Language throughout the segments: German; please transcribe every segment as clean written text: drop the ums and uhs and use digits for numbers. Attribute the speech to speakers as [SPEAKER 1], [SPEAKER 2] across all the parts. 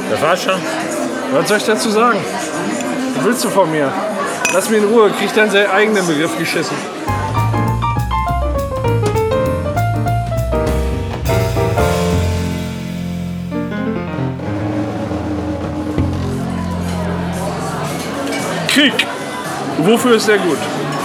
[SPEAKER 1] Das war's schon.
[SPEAKER 2] Was soll ich dazu sagen? Was willst du von mir? Lass mich in Ruhe, krieg deinen sehr eigenen Begriff geschissen. Krieg. Wofür ist der gut?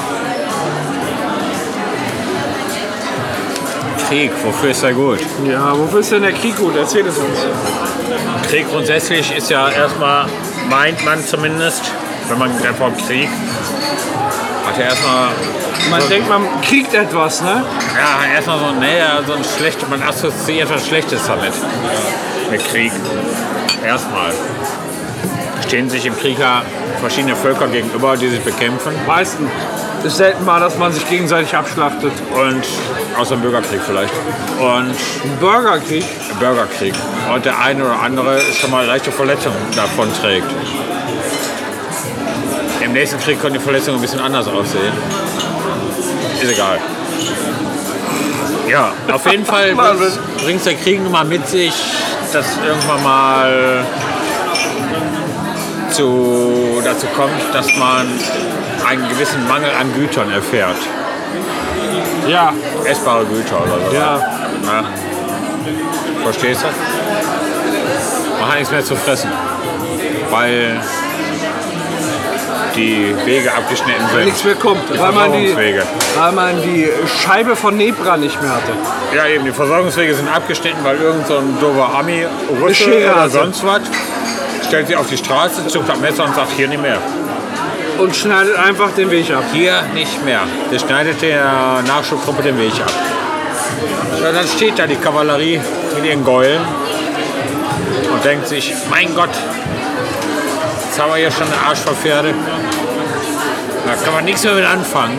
[SPEAKER 1] Krieg, wofür ist er gut?
[SPEAKER 2] Ja, wofür ist denn der Krieg gut? Erzähl es uns.
[SPEAKER 1] Krieg grundsätzlich ist ja erstmal, meint man zumindest, wenn man vom Krieg hat ja erstmal.
[SPEAKER 2] Man denkt, man kriegt etwas, ne?
[SPEAKER 1] Ja, erstmal so ein schlecht, man assoziiert was Schlechtes damit. Mit Krieg. Erstmal. Stehen sich im Krieg ja verschiedene Völker gegenüber, die sich bekämpfen.
[SPEAKER 2] Meistens. Es ist selten mal, dass man sich gegenseitig abschlachtet.
[SPEAKER 1] Und außer dem Bürgerkrieg vielleicht. Und
[SPEAKER 2] Bürgerkrieg?
[SPEAKER 1] Bürgerkrieg. Und der eine oder andere schon mal leichte Verletzungen davon trägt. Im nächsten Krieg können die Verletzungen ein bisschen anders aussehen. Ist egal. Ja, auf jeden Fall bringt der Krieg nun mal mit sich, dass irgendwann mal dazu kommt, dass man einen gewissen Mangel an Gütern erfährt.
[SPEAKER 2] Ja.
[SPEAKER 1] Essbare Güter oder so.
[SPEAKER 2] Ja.
[SPEAKER 1] Ja. Verstehst du? Man hat nichts mehr zu fressen, weil die Wege abgeschnitten sind.
[SPEAKER 2] Nichts mehr kommt, weil man die Scheibe von Nebra nicht mehr hatte.
[SPEAKER 1] Ja, eben, die Versorgungswege sind abgeschnitten, weil irgend so ein doofer Ami, Russe oder sonst was stellt sich auf die Straße, zuckt am Messer und sagt, hier nicht mehr.
[SPEAKER 2] Und schneidet einfach den Weg ab.
[SPEAKER 1] Hier nicht mehr. Der schneidet der Nachschubtruppe den Weg ab. Und dann steht da die Kavallerie mit ihren Gäulen und denkt sich, mein Gott, jetzt haben wir hier schon einen Arsch voll Pferde. Da kann man nichts mehr mit anfangen.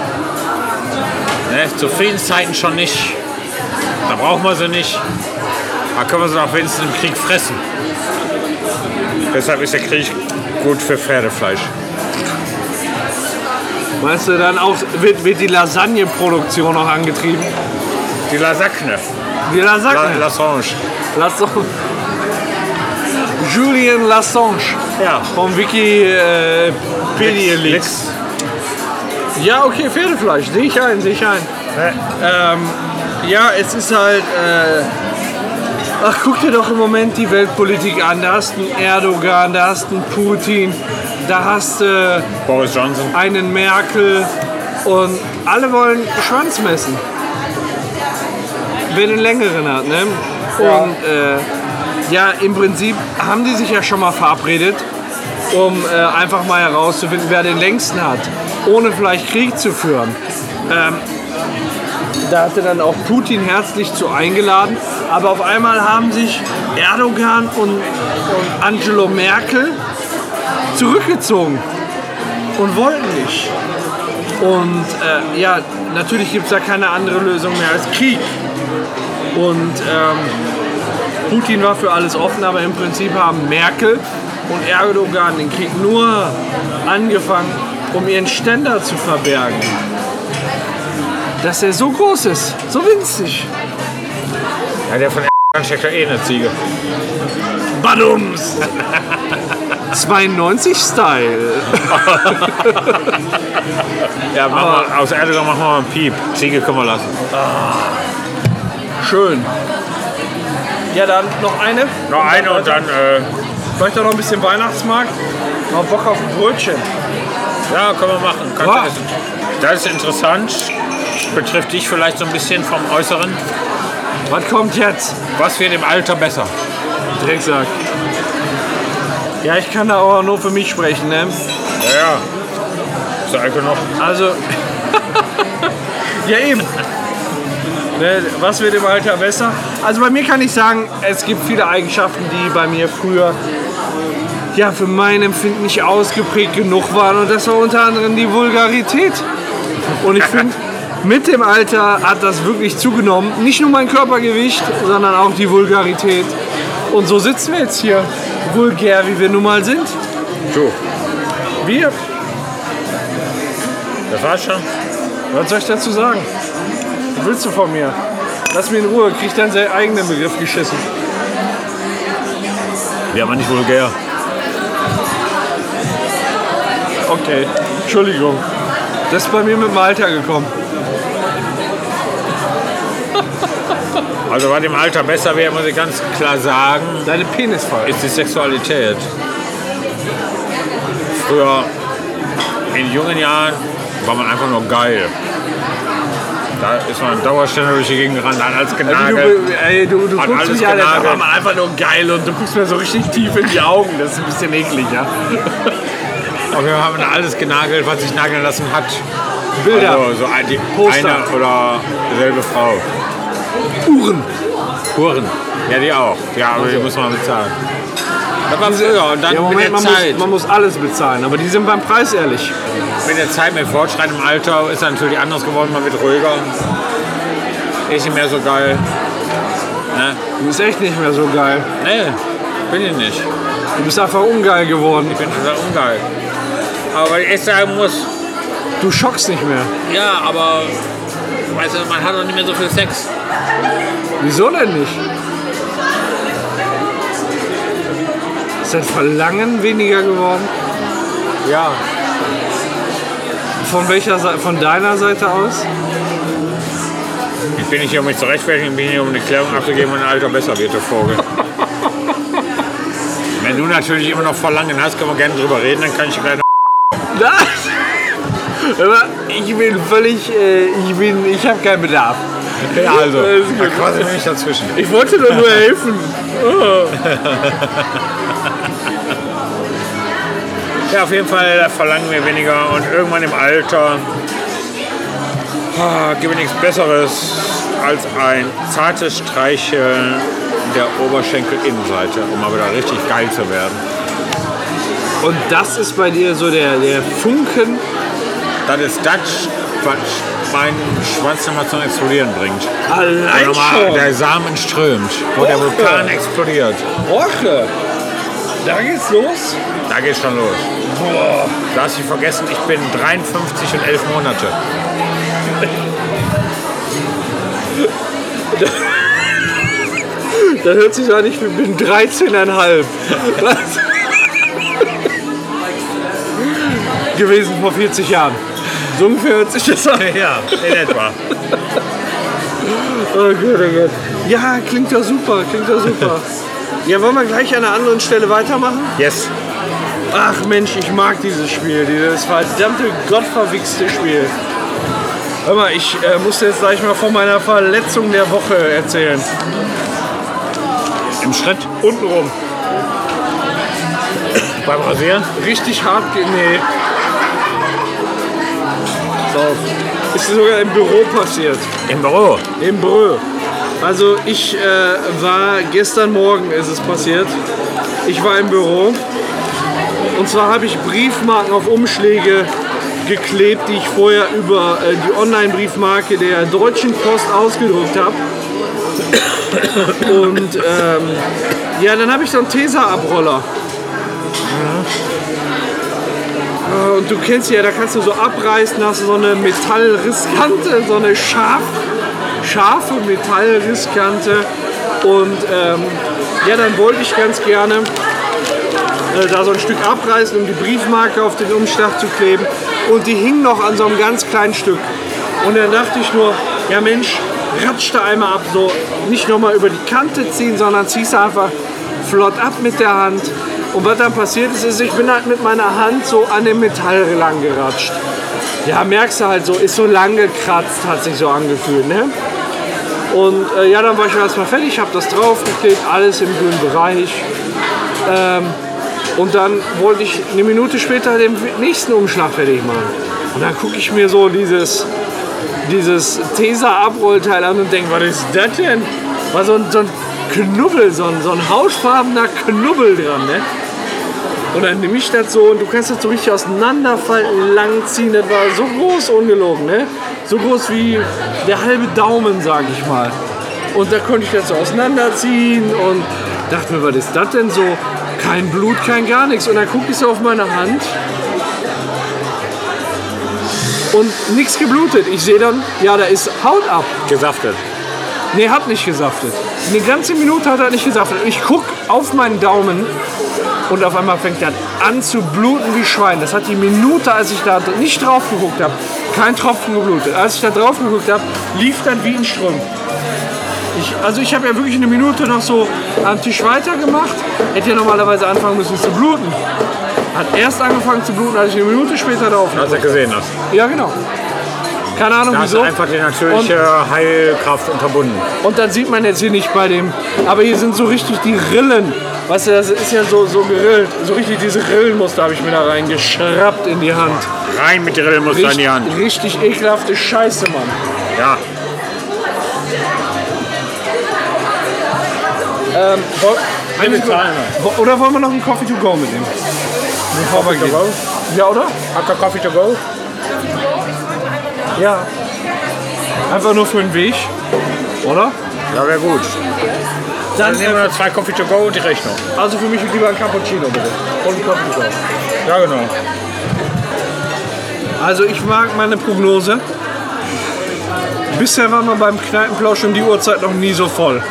[SPEAKER 1] Ne? Zu Friedenszeiten schon nicht. Da brauchen wir sie nicht. Da können wir sie auch wenigstens im Krieg fressen. Deshalb ist der Krieg gut für Pferdefleisch.
[SPEAKER 2] Meinst du, dann auch wird die Lasagneproduktion noch angetrieben?
[SPEAKER 1] Die Lasagne.
[SPEAKER 2] Die Lasagne?
[SPEAKER 1] Lassange.
[SPEAKER 2] Julien Lassange.
[SPEAKER 1] Ja.
[SPEAKER 2] Vom Wikipedia-Leaks. Ja, okay, Pferdefleisch. Sehe ich ein. Ja, es ist halt... Ach, guck dir doch im Moment die Weltpolitik an. Da hast du einen Erdogan, da hast du einen Putin, da hast du
[SPEAKER 1] Boris Johnson,
[SPEAKER 2] einen Merkel und alle wollen Schwanz messen. Wer den längeren hat, ne? Und ja, im Prinzip haben die sich ja schon mal verabredet, um einfach mal herauszufinden, wer den längsten hat, ohne vielleicht Krieg zu führen. Da hatte dann auch Putin herzlich zu eingeladen. Aber auf einmal haben sich Erdogan und Angela Merkel zurückgezogen und wollten nicht. Und ja, natürlich gibt es da keine andere Lösung mehr als Krieg. Und Putin war für alles offen, aber im Prinzip haben Merkel und Erdogan den Krieg nur angefangen, um ihren Ständer zu verbergen. Dass er so groß ist, so winzig.
[SPEAKER 1] Ja, der von steckt ja eh eine Ziege.
[SPEAKER 2] Badums! 92-Style.
[SPEAKER 1] Ja, aus Erdogan machen wir mal einen Piep. Ziege können wir lassen.
[SPEAKER 2] Schön. Ja, dann noch eine.
[SPEAKER 1] Noch eine und dann...
[SPEAKER 2] Vielleicht auch noch ein bisschen Weihnachtsmarkt. Noch Bock auf ein Brötchen.
[SPEAKER 1] Ja, können wir machen. Das ist interessant. Betrifft dich vielleicht so ein bisschen vom Äußeren.
[SPEAKER 2] Was kommt jetzt?
[SPEAKER 1] Was wird im Alter besser?
[SPEAKER 2] Drecksack. Ja, ich kann da auch nur für mich sprechen, ne?
[SPEAKER 1] Ja. Ist der Alkohol noch?
[SPEAKER 2] Also... ja, eben. Ne, was wird im Alter besser? Also bei mir kann ich sagen, es gibt viele Eigenschaften, die bei mir früher ja, für mein Empfinden nicht ausgeprägt genug waren. Und das war unter anderem die Vulgarität. Und ich finde... Mit dem Alter hat das wirklich zugenommen. Nicht nur mein Körpergewicht, sondern auch die Vulgarität. Und so sitzen wir jetzt hier, vulgär wie wir nun mal sind.
[SPEAKER 1] So.
[SPEAKER 2] Wir.
[SPEAKER 1] Das war's schon.
[SPEAKER 2] Was soll ich dazu sagen? Was willst du von mir? Lass mich in Ruhe, krieg deinen sehr eigenen Begriff geschissen.
[SPEAKER 1] Ja, aber nicht vulgär.
[SPEAKER 2] Okay, Entschuldigung. Das ist bei mir mit dem Alter gekommen.
[SPEAKER 1] Also was im Alter besser wäre, muss ich ganz klar sagen,
[SPEAKER 2] Deine Penisfall.
[SPEAKER 1] ist die Sexualität. Früher, in jungen Jahren, war man einfach nur geil. Da ist man dauerständig durch die Gegend gerannt, hat alles genagelt.
[SPEAKER 2] Du
[SPEAKER 1] Hat
[SPEAKER 2] guckst
[SPEAKER 1] alles
[SPEAKER 2] mich an, da war
[SPEAKER 1] genagelt.
[SPEAKER 2] man einfach nur geil und du guckst mir so richtig tief in die Augen. Das ist ein bisschen eklig, ja.
[SPEAKER 1] Und wir haben alles genagelt, was sich nageln lassen hat.
[SPEAKER 2] Bilder,
[SPEAKER 1] Also so eine
[SPEAKER 2] Poster.
[SPEAKER 1] oder dieselbe Frau.
[SPEAKER 2] Uhren.
[SPEAKER 1] Huren. Ja, die auch. Ja, aber die muss man bezahlen. Das war früher und dann
[SPEAKER 2] Ja,
[SPEAKER 1] mit
[SPEAKER 2] Moment,
[SPEAKER 1] der Zeit.
[SPEAKER 2] man muss alles bezahlen, aber die sind beim Preis ehrlich.
[SPEAKER 1] Mit der Zeit, mit fortschreitendem Alter ist es natürlich anders geworden, man wird ruhiger. Ist nicht mehr so geil. Ne?
[SPEAKER 2] Du bist echt nicht mehr so geil.
[SPEAKER 1] Nee, bin ich nicht.
[SPEAKER 2] Du bist einfach ungeil geworden.
[SPEAKER 1] Ich bin total ungeil. Aber weil ich echt sagen muss,
[SPEAKER 2] Du schockst nicht mehr.
[SPEAKER 1] ja, aber weißt du, man hat doch nicht mehr so viel Sex.
[SPEAKER 2] Wieso denn nicht? Ist dein Verlangen weniger geworden?
[SPEAKER 1] Ja.
[SPEAKER 2] Von welcher Seite? Von deiner Seite aus?
[SPEAKER 1] Ich bin nicht hier, um mich zu rechtfertigen, ich bin hier, um eine Klärung abzugeben, wenn ein Alter besser wird, der Vogel. Wenn du natürlich immer noch Verlangen hast, können wir gerne drüber reden, dann kann ich gleich noch.
[SPEAKER 2] Aber ich bin völlig, ich habe keinen Bedarf.
[SPEAKER 1] Ja, also,
[SPEAKER 2] Das ist
[SPEAKER 1] da
[SPEAKER 2] gut.
[SPEAKER 1] quasi nicht dazwischen.
[SPEAKER 2] Ich wollte doch nur helfen.
[SPEAKER 1] Ja, auf jeden Fall verlangen wir weniger und irgendwann im Alter gibt es nichts Besseres als ein zartes Streicheln der Oberschenkelinnenseite, um mal wieder richtig geil zu werden.
[SPEAKER 2] Und das ist bei dir so der Funken.
[SPEAKER 1] Das ist das, was meinen Schwanz nochmal zum Explodieren bringt.
[SPEAKER 2] Allein
[SPEAKER 1] Nochmal
[SPEAKER 2] schon.
[SPEAKER 1] der Samen strömt, wo der Vulkan explodiert.
[SPEAKER 2] Woche. Da geht's los.
[SPEAKER 1] Da geht's schon los.
[SPEAKER 2] Boah.
[SPEAKER 1] Du hast nicht vergessen, ich bin 53 und 11 Monate.
[SPEAKER 2] Das hört sich so an, ich bin 13,5. Gewesen vor 40 Jahren. So ungefähr hört sich das an.
[SPEAKER 1] Ja, in etwa.
[SPEAKER 2] Oh Gott, oh Gott. Ja, klingt ja super, klingt ja super. Ja, wollen wir gleich an einer anderen Stelle weitermachen?
[SPEAKER 1] Yes.
[SPEAKER 2] Ach Mensch, ich mag dieses Spiel, dieses verdammte gottverwichste Spiel. Hör mal, ich musste jetzt gleich mal von meiner Verletzung der Woche erzählen.
[SPEAKER 1] Im Schritt
[SPEAKER 2] Untenrum.
[SPEAKER 1] beim Rasieren.
[SPEAKER 2] Richtig hart, nee. So. Ist sogar im Büro passiert.
[SPEAKER 1] Im Büro.
[SPEAKER 2] Im Büro. Also ich war, gestern Morgen ist es passiert. Ich war im Büro. Und zwar habe ich Briefmarken auf Umschläge geklebt, die ich vorher über die Online-Briefmarke der Deutschen Post ausgedruckt habe. Und ja, dann habe ich so einen Tesa-Abroller. Und du kennst ja, da kannst du so abreißen, hast du so eine Metallrisskante, so eine scharfe Metallrisskante. Und ja, dann wollte ich ganz gerne da so ein Stück abreißen, um die Briefmarke auf den Umschlag zu kleben. Und die hing noch an so einem ganz kleinen Stück. Und dann dachte ich nur, ja Mensch, ratsch da einmal ab, so nicht nochmal über die Kante ziehen, sondern ziehst einfach flott ab mit der Hand. Und was dann passiert ist, ich bin halt mit meiner Hand so an dem Metall lang geratscht. Ja, merkst du halt so, ist so lang gekratzt, hat sich so angefühlt, ne? Und ja, dann war ich erstmal fertig, habe das draufgeklebt, alles im grünen Bereich. Und dann wollte ich eine Minute später den nächsten Umschlag fertig machen. Und dann gucke ich mir so dieses Tesa-Abrollteil an und denke, was ist das denn? War so ein Knubbel, so ein hautfarbener Knubbel dran, ne? Und dann nehme ich das so und du kannst das so richtig auseinanderfalten, langziehen. Das war so groß, ungelogen, ne? So groß wie der halbe Daumen, sag ich mal. Und da konnte ich das so auseinanderziehen und dachte mir, was ist das denn so? Kein Blut, kein gar nichts. Und dann gucke ich so auf meine Hand und nichts geblutet. Ich sehe dann, ja, da ist Haut ab.
[SPEAKER 1] Gesaftet.
[SPEAKER 2] Nee, hat nicht gesaftet. Eine ganze Minute hat er nicht gesaftet. Ich guck auf meinen Daumen und auf einmal fängt er an zu bluten wie Schwein. Das hat die Minute, als ich da nicht drauf geguckt habe, kein Tropfen geblutet. Als ich da drauf geguckt habe, lief dann wie ein Ström. Ich habe ja wirklich eine Minute noch so am Tisch weitergemacht. Hätte ja normalerweise anfangen müssen zu bluten. Hat erst angefangen zu bluten, als ich eine Minute später drauf
[SPEAKER 1] Als du gesehen hast.
[SPEAKER 2] Ja, genau. Keine Ahnung
[SPEAKER 1] Da hast du
[SPEAKER 2] wieso.
[SPEAKER 1] einfach die natürliche Heilkraft unterbunden.
[SPEAKER 2] Und dann sieht man jetzt hier nicht bei dem, aber hier sind so richtig die Rillen. Weißt du, das ist ja so gerillt. So richtig diese Rillenmuster habe ich mir da reingeschraubt in die Hand.
[SPEAKER 1] Rein mit der Rillenmuster in die Hand.
[SPEAKER 2] Richtig ekelhafte Scheiße, Mann.
[SPEAKER 1] Ja.
[SPEAKER 2] Oder wollen wir noch einen Coffee to go mitnehmen? Bevor wir gehen. Ja, oder?
[SPEAKER 1] Habt ihr Coffee to go?
[SPEAKER 2] Ja. Einfach nur für den Weg, oder?
[SPEAKER 1] Ja, wäre gut.
[SPEAKER 2] Dann
[SPEAKER 1] Dann nehmen wir 2 Coffee to go und die Rechnung.
[SPEAKER 2] also für mich lieber ein Cappuccino, bitte. Und ein Coffee to go.
[SPEAKER 1] Ja, genau.
[SPEAKER 2] Also ich mag meine Prognose. Bisher waren wir beim Kneipenplausch um die Uhrzeit noch nie so voll.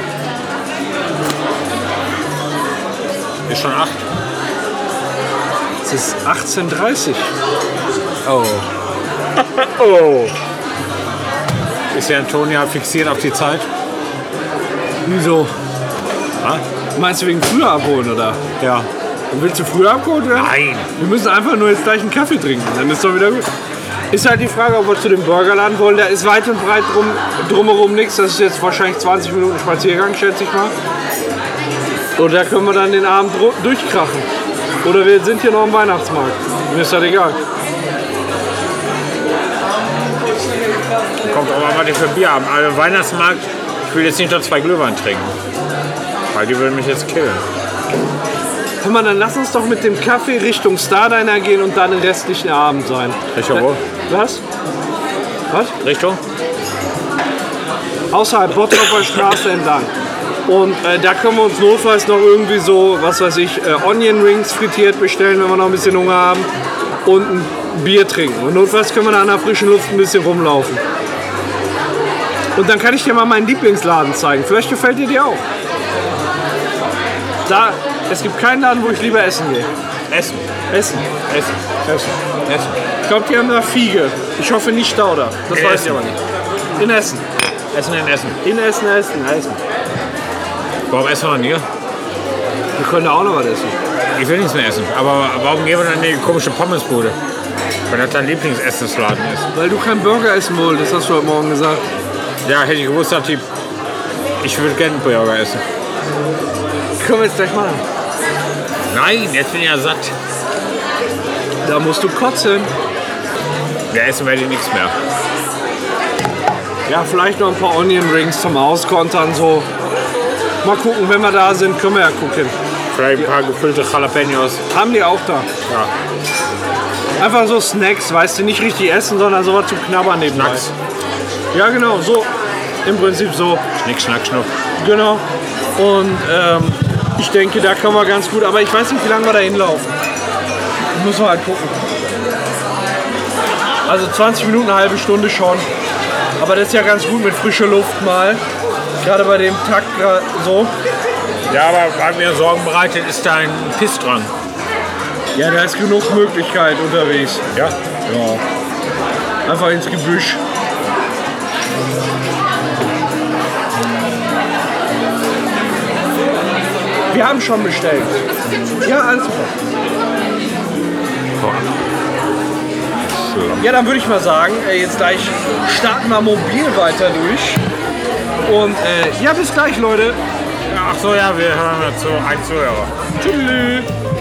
[SPEAKER 1] Ist schon 8.
[SPEAKER 2] Es ist 18:30
[SPEAKER 1] Oh. Oh. Ist der Antonia fixiert auf die Zeit?
[SPEAKER 2] Wieso?
[SPEAKER 1] Ha?
[SPEAKER 2] Meinst du wegen früher abholen, oder?
[SPEAKER 1] Ja.
[SPEAKER 2] Und willst du früher abgeholt werden?
[SPEAKER 1] Nein.
[SPEAKER 2] Wir müssen einfach nur jetzt gleich einen Kaffee trinken, dann ist doch wieder gut. Ist halt die Frage, ob wir zu dem Burgerladen wollen. Da ist weit und breit drumherum nichts. Das ist jetzt wahrscheinlich 20 Minuten Spaziergang, schätze ich mal. Und da können wir dann den Abend durchkrachen. Oder wir sind hier noch am Weihnachtsmarkt. Mir ist das egal.
[SPEAKER 1] Kommt aber was die für Bier haben. Also Weihnachtsmarkt, ich will jetzt nicht noch 2 Glühwein trinken. Weil die würden mich jetzt killen.
[SPEAKER 2] Hör mal, dann lass uns doch mit dem Kaffee Richtung Stardiner gehen und dann den restlichen Abend sein.
[SPEAKER 1] Richtung wo?
[SPEAKER 2] Was? Was?
[SPEAKER 1] Richtung?
[SPEAKER 2] Außerhalb Bottroper Straße entlang. Und da können wir uns notfalls noch irgendwie so, was weiß ich, Onion Rings frittiert bestellen, wenn wir noch ein bisschen Hunger haben. Und ein Bier trinken. Und notfalls können wir da an der frischen Luft ein bisschen rumlaufen. Und dann kann ich dir mal meinen Lieblingsladen zeigen. Vielleicht gefällt dir die auch. Da, es gibt keinen Laden, wo ich lieber essen gehe.
[SPEAKER 1] Essen.
[SPEAKER 2] Essen.
[SPEAKER 1] Essen. Essen. Essen.
[SPEAKER 2] Ich glaube, die haben da Fiege. Ich hoffe nicht Stauder. Das
[SPEAKER 1] In
[SPEAKER 2] weiß
[SPEAKER 1] Essen.
[SPEAKER 2] ich aber nicht. In Essen.
[SPEAKER 1] Essen in Essen.
[SPEAKER 2] In Essen, Essen, Essen.
[SPEAKER 1] Warum essen wir denn hier?
[SPEAKER 2] Wir können da auch noch was essen.
[SPEAKER 1] Ich will nichts mehr essen. Aber warum gehen wir dann in die komische Pommesbude? Wenn das dein Lieblingsessensladen ist.
[SPEAKER 2] Weil du keinen Burger essen wolltest, hast du heute Morgen gesagt.
[SPEAKER 1] Ja, hätte ich gewusst, dass ich würde gerne einen Burger essen.
[SPEAKER 2] Können wir jetzt gleich machen.
[SPEAKER 1] Nein, jetzt bin ich ja satt.
[SPEAKER 2] Da musst du kotzen.
[SPEAKER 1] Wir essen werde ich nichts mehr.
[SPEAKER 2] Ja, vielleicht noch ein paar Onion Rings zum Auskontern. So. Mal gucken, wenn wir da sind, können wir ja gucken.
[SPEAKER 1] Vielleicht ein paar gefüllte Jalapenos.
[SPEAKER 2] Haben die auch da.
[SPEAKER 1] Ja.
[SPEAKER 2] Einfach so Snacks, weißt du, nicht richtig essen, sondern sowas zum Knabbern nebenbei.
[SPEAKER 1] Snacks.
[SPEAKER 2] Ja, genau, so. Im Prinzip so.
[SPEAKER 1] Schnick, schnack, schnuck.
[SPEAKER 2] Genau. Und ich denke, da können wir ganz gut, aber ich weiß nicht, wie lange wir da hinlaufen. Müssen wir halt gucken. Also 20 Minuten, eine halbe Stunde schon. Aber das ist ja ganz gut mit frischer Luft mal. Gerade bei dem Takt so.
[SPEAKER 1] Ja, aber was mir Sorgen bereitet, ist dein Pissdrang.
[SPEAKER 2] Ja, da ist genug Möglichkeit unterwegs.
[SPEAKER 1] Ja?
[SPEAKER 2] Ja. Einfach ins Gebüsch. Wir haben schon bestellt. Ja, alles super. Ja, dann würde ich mal sagen, jetzt gleich starten wir mobil weiter durch. Und ja, bis gleich, Leute.
[SPEAKER 1] Ach so, ja, wir hören dazu. Ein Zuhörer.
[SPEAKER 2] Tschüss.